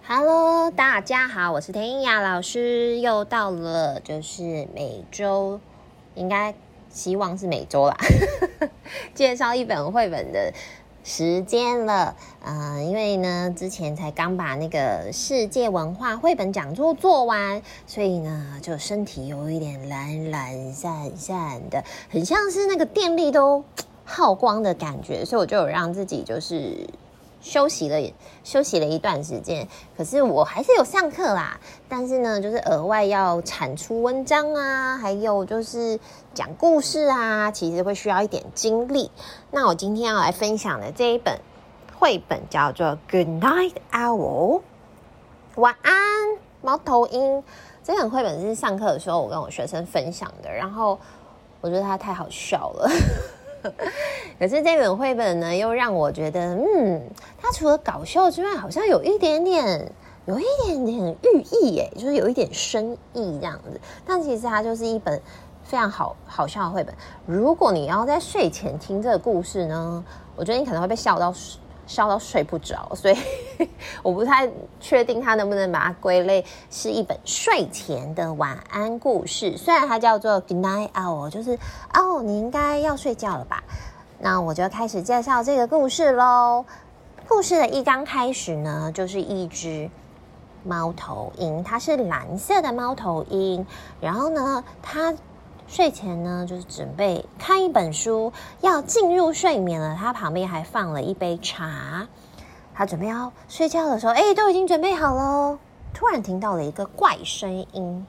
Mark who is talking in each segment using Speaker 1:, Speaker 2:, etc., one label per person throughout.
Speaker 1: Hello， 大家好，我是田雅老师，又到了就是每周，应该希望是每周啦，介绍一本绘本的时间了。因为呢，之前才刚把那个世界文化绘本讲座做完，所以呢，就身体有一点懒懒散散的，很像是那个电力都耗光的感觉，所以我就有让自己就是休息了一段时间，可是我还是有上课啦。但是呢，就是额外要产出文章啊，还有就是讲故事啊，其实会需要一点精力。那我今天要来分享的这一本绘本叫做 Good Night Owl， 晚安猫头鹰。这本绘本是上课的时候我跟我学生分享的，然后我觉得它太好笑了。可是这本绘本呢，又让我觉得，它除了搞笑之外，好像有一点点寓意耶，就是有一点深意这样子。但其实它就是一本非常好笑的绘本。如果你要在睡前听这个故事呢，我觉得你可能会被笑到睡不着，所以我不太确定它能不能把它归类是一本睡前的晚安故事。虽然它叫做 Good Night Owl， 就是你应该要睡觉了吧。那我就开始介绍这个故事咯。故事的一刚开始呢，就是一只猫头鹰，它是蓝色的猫头鹰。然后呢，它睡前呢，就是准备看一本书，要进入睡眠了。他旁边还放了一杯茶，他准备要睡觉的时候，都已经准备好了。突然听到了一个怪声音，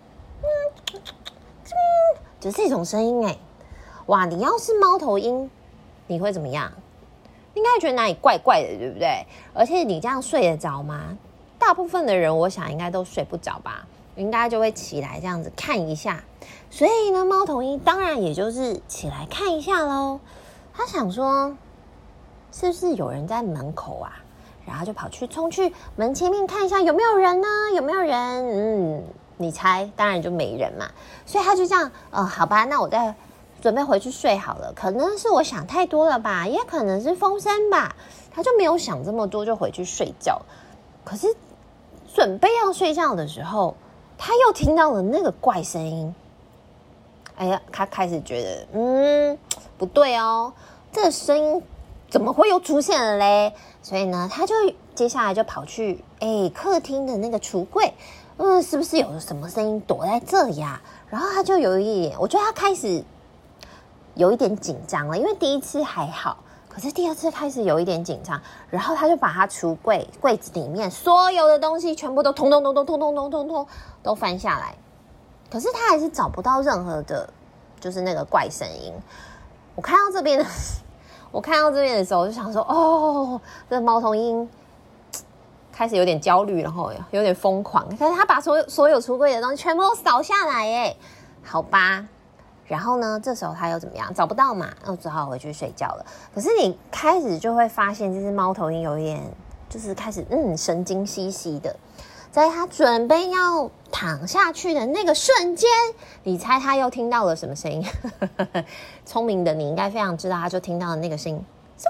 Speaker 1: 就是一种声音哇！你要是猫头鹰，你会怎么样？应该觉得哪里怪怪的，对不对？而且你这样睡得着吗？大部分的人，我想应该都睡不着吧，应该就会起来这样子看一下。所以呢，猫头鹰当然也就是起来看一下咯。他想说，是不是有人在门口啊？然后就冲去门前面看一下有没有人呢？有没有人？你猜，当然就没人嘛。所以他就这样，好吧，那我再准备回去睡好了。可能是我想太多了吧，也可能是风声吧。他就没有想这么多，就回去睡觉。可是准备要睡觉的时候，他又听到了那个怪声音。他开始觉得不对哦，这个声音怎么会又出现了嘞？所以呢，他就接下来就跑去客厅的那个橱柜，是不是有什么声音躲在这里啊？然后他就有一点，我觉得他开始有一点紧张了，因为第一次还好，可是第二次开始有一点紧张，然后他就把他橱柜子里面所有的东西全部都通都翻下来。可是他还是找不到任何的，就是那个怪声音。我看到这边的时候，我就想说，这猫头鹰开始有点焦虑，然后有点疯狂。可是他把所有橱柜的东西全部都扫下来，好吧。然后呢，这时候他又怎么样？找不到嘛，只好回去睡觉了。可是你开始就会发现，这只猫头鹰有一点，就是开始神经兮兮的。在他准备要躺下去的那个瞬间，你猜他又听到了什么声音？聪明的你应该非常知道，他就听到了那个声音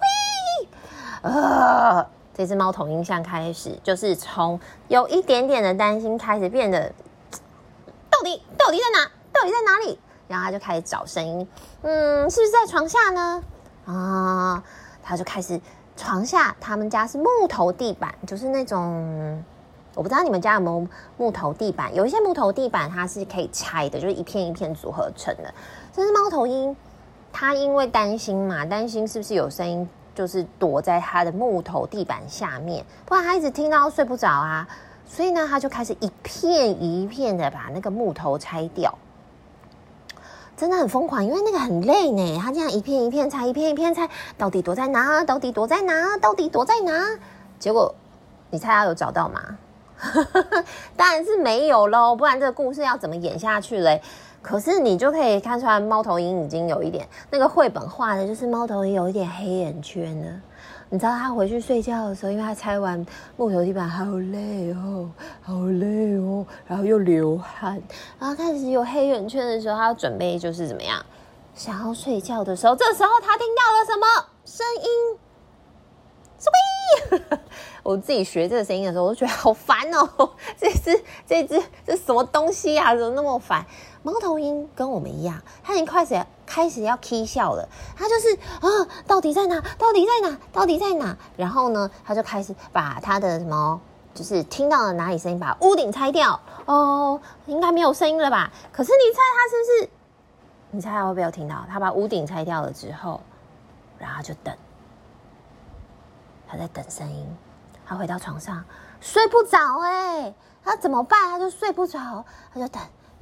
Speaker 1: ，Sweet！ 这只猫头鹰像开始就是从有一点点的担心，开始变得到底在哪？到底在哪里？然后他就开始找声音，是不是在床下呢？他就开始床下，他们家是木头地板，就是那种。我不知道你们家有没有木头地板，有一些木头地板它是可以拆的，就是一片一片组合成的。这是猫头鹰，它因为担心是不是有声音，就是躲在它的木头地板下面，不然它一直听到睡不着啊。所以呢，它就开始一片一片的把那个木头拆掉，真的很疯狂，因为那个很累呢。它这样一片一片拆，一片一片拆，到底躲在哪？到底躲在哪？到底躲在哪？结果你猜它有找到吗？当然是没有咯，不然这个故事要怎么演下去嘞？可是你就可以看出来，猫头鹰已经有一点，那个绘本画的就是猫头鹰有一点黑眼圈了。你知道他回去睡觉的时候，因为他拆完木头地板，好累哦，然后又流汗，然后开始有黑眼圈的时候，他要准备就是怎么样，想要睡觉的时候，这时候他听到了什么声音？ 我自己学这个声音的时候，我就觉得好烦哦，这什么东西啊，怎么那么烦？猫头鹰跟我们一样，它已经开始要 k 笑了，它就是到底在哪？到底在哪？到底在哪？然后呢，它就开始把它的什么，就是听到了哪里声音，把屋顶拆掉。哦，应该没有声音了吧？可是你猜它是不是？你猜它会不会有听到？它把屋顶拆掉了之后，然后就等，它在等声音。它回到床上睡不着它怎么办？它就睡不着，它就等，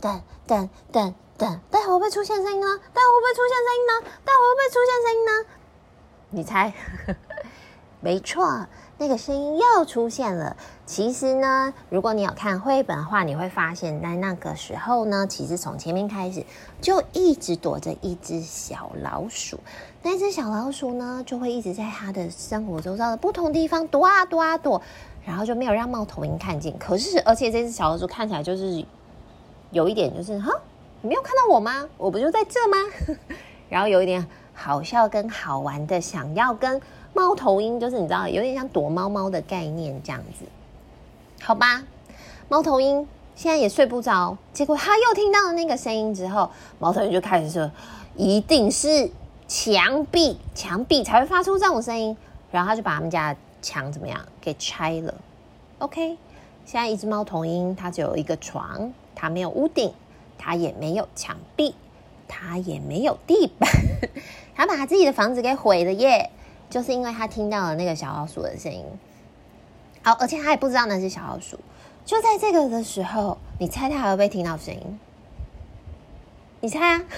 Speaker 1: 待会会不会出现声音呢？待会会不会出现声音呢？待会会不会出现声音呢？你猜？没错，那个声音又出现了。其实呢，如果你有看绘本的话，你会发现在那个时候呢，其实从前面开始就一直躲着一只小老鼠。那只小老鼠呢，就会一直在它的生活周遭的不同地方躲啊躲啊躲，然后就没有让猫头鹰看见。可是，而且这只小老鼠看起来就是有一点就是你没有看到我吗？我不就在这吗？然后有一点好笑跟好玩的，想要跟猫头鹰就是你知道有点像躲猫猫的概念这样子，好吧？猫头鹰现在也睡不着，结果他又听到了那个声音之后，猫头鹰就开始说，一定是墙壁才会发出这种声音，然后他就把他们家的墙怎么样给拆了。OK， 现在一只猫头鹰它只有一个床，它没有屋顶，它也没有墙壁，它也没有地板，它把它自己的房子给毁了耶！就是因为他听到了那个小老鼠的声音，而且他也不知道那是小老鼠。就在这个的时候，你猜他会不会听到声音？你猜啊？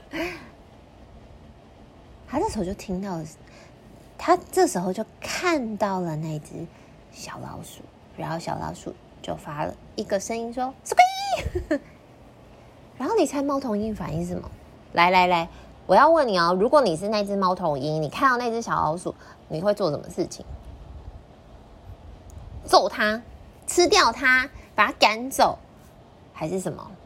Speaker 1: 他这时候就听到了，他这时候就看到了那只小老鼠，然后小老鼠就发了一个声音说 "Squee"， 然后你猜猫头鹰反应是什么？来。我要问你哦，如果你是那只猫头鹰，你看到那只小老鼠，你会做什么事情？揍它，吃掉它，把它赶走，还是什么？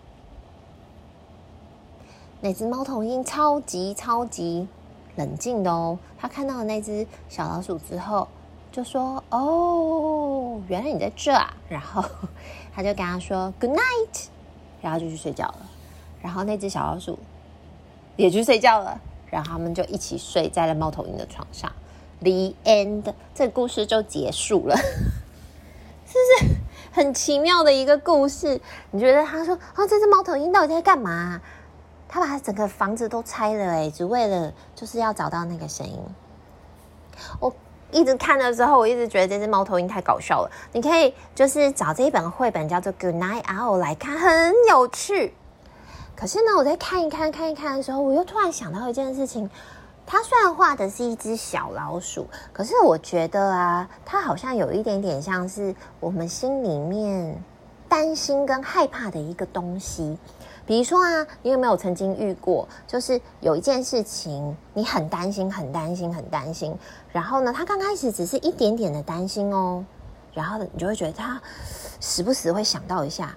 Speaker 1: 那只猫头鹰超级冷静的哦，他看到了那只小老鼠之后，就说：“哦，原来你在这啊！”然后他就跟他说 "Good night"， 然后就去睡觉了。然后那只小老鼠也去睡觉了，然后他们就一起睡在了猫头鹰的床上。The end， 这个故事就结束了，是不是很奇妙的一个故事？你觉得他说这只猫头鹰到底在干嘛？他把整个房子都拆了只为了就是要找到那个声音。我一直看的时候，我一直觉得这只猫头鹰太搞笑了。你可以就是找这一本绘本叫做《Good Night Owl》来看，很有趣。可是呢，我在看一看的时候，我又突然想到一件事情。它虽然画的是一只小老鼠，可是我觉得它好像有一点点像是我们心里面担心跟害怕的一个东西。比如说你有没有曾经遇过，就是有一件事情你很担心，然后呢，它刚开始只是一点点的担心哦，然后你就会觉得它时不时会想到一下，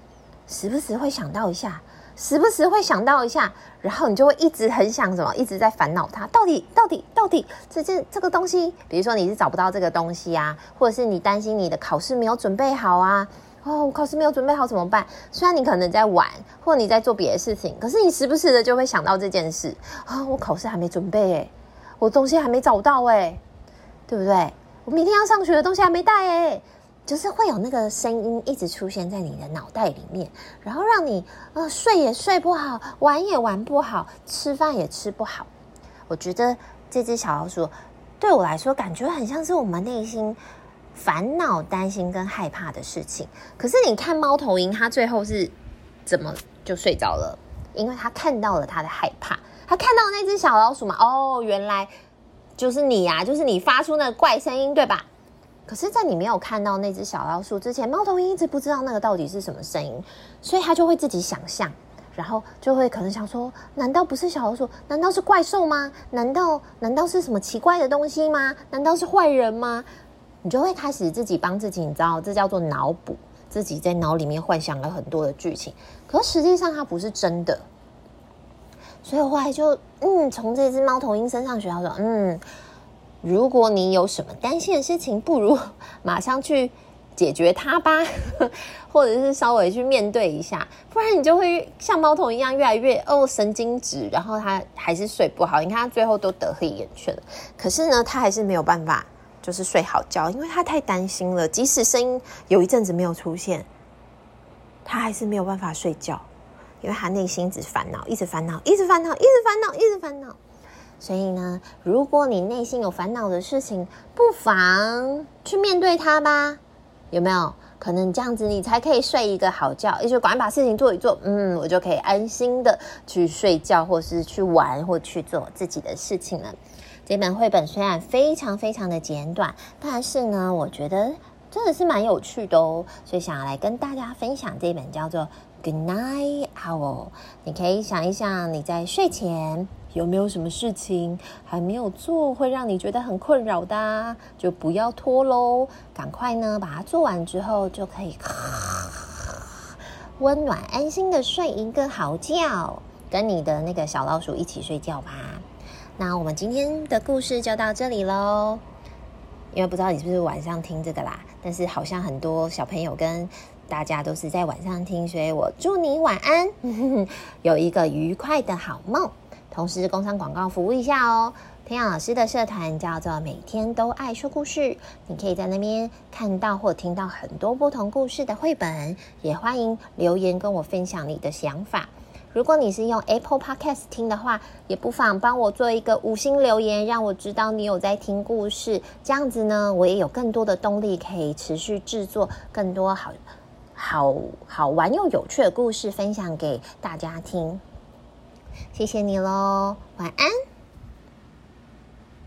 Speaker 1: 然后你就会一直很想什么，一直在烦恼它到底这个东西，比如说你是找不到这个东西或者是你担心你的考试没有准备好我考试没有准备好怎么办？虽然你可能在玩，或你在做别的事情，可是你时不时的就会想到这件事我考试还没准备我东西还没找到对不对？我明天要上学的东西还没带就是会有那个声音一直出现在你的脑袋里面，然后让你睡也睡不好，玩也玩不好，吃饭也吃不好。我觉得这只小老鼠对我来说感觉很像是我们内心烦恼、担心跟害怕的事情。可是你看猫头鹰，它最后是怎么就睡着了？因为它看到了它的害怕，它看到那只小老鼠嘛，原来就是你就是你发出那个怪声音，对吧？可是在你没有看到那只小老鼠之前，猫头鹰一直不知道那个到底是什么声音，所以它就会自己想象，然后就会可能想说，难道不是小老鼠？难道是怪兽吗？难道是什么奇怪的东西吗？难道是坏人吗？你就会开始自己帮自己，你知道这叫做脑补，自己在脑里面幻想了很多的剧情，可是实际上它不是真的。所以我后来就从这只猫头鹰身上学到说， 如果你有什么担心的事情，不如马上去解决它吧，或者是稍微去面对一下，不然你就会像猫头鹰一样越来越神经质，然后他还是睡不好。你看他最后都得黑眼圈了，可是呢，他还是没有办法就是睡好觉，因为他太担心了。即使声音有一阵子没有出现，他还是没有办法睡觉，因为他内心只烦恼，一直烦恼，一直烦恼，一直烦恼，一直烦恼。所以呢，如果你内心有烦恼的事情，不妨去面对它吧。有没有可能这样子你才可以睡一个好觉，也就赶快把事情做一做，我就可以安心的去睡觉，或是去玩，或去做自己的事情了。这本绘本虽然非常非常的简短，但是呢，我觉得真的是蛮有趣的哦，所以想要来跟大家分享这本叫做 Good Night Owl。 你可以想一想，你在睡前有没有什么事情还没有做，会让你觉得很困扰的啊？就不要拖咯，赶快呢把它做完之后，就可以温暖安心的睡一个好觉，跟你的那个小老鼠一起睡觉吧。那我们今天的故事就到这里咯，因为不知道你是不是晚上听这个啦，但是好像很多小朋友跟大家都是在晚上听，所以我祝你晚安有一个愉快的好梦。同时工商广告服务一下哦，天阳老师的社团叫做每天都爱说故事，你可以在那边看到或听到很多不同故事的绘本，也欢迎留言跟我分享你的想法。如果你是用 Apple Podcast 听的话，也不妨帮我做一个5星留言，让我知道你有在听故事，这样子呢，我也有更多的动力可以持续制作更多好玩又有趣的故事分享给大家听。谢谢你咯，晚安。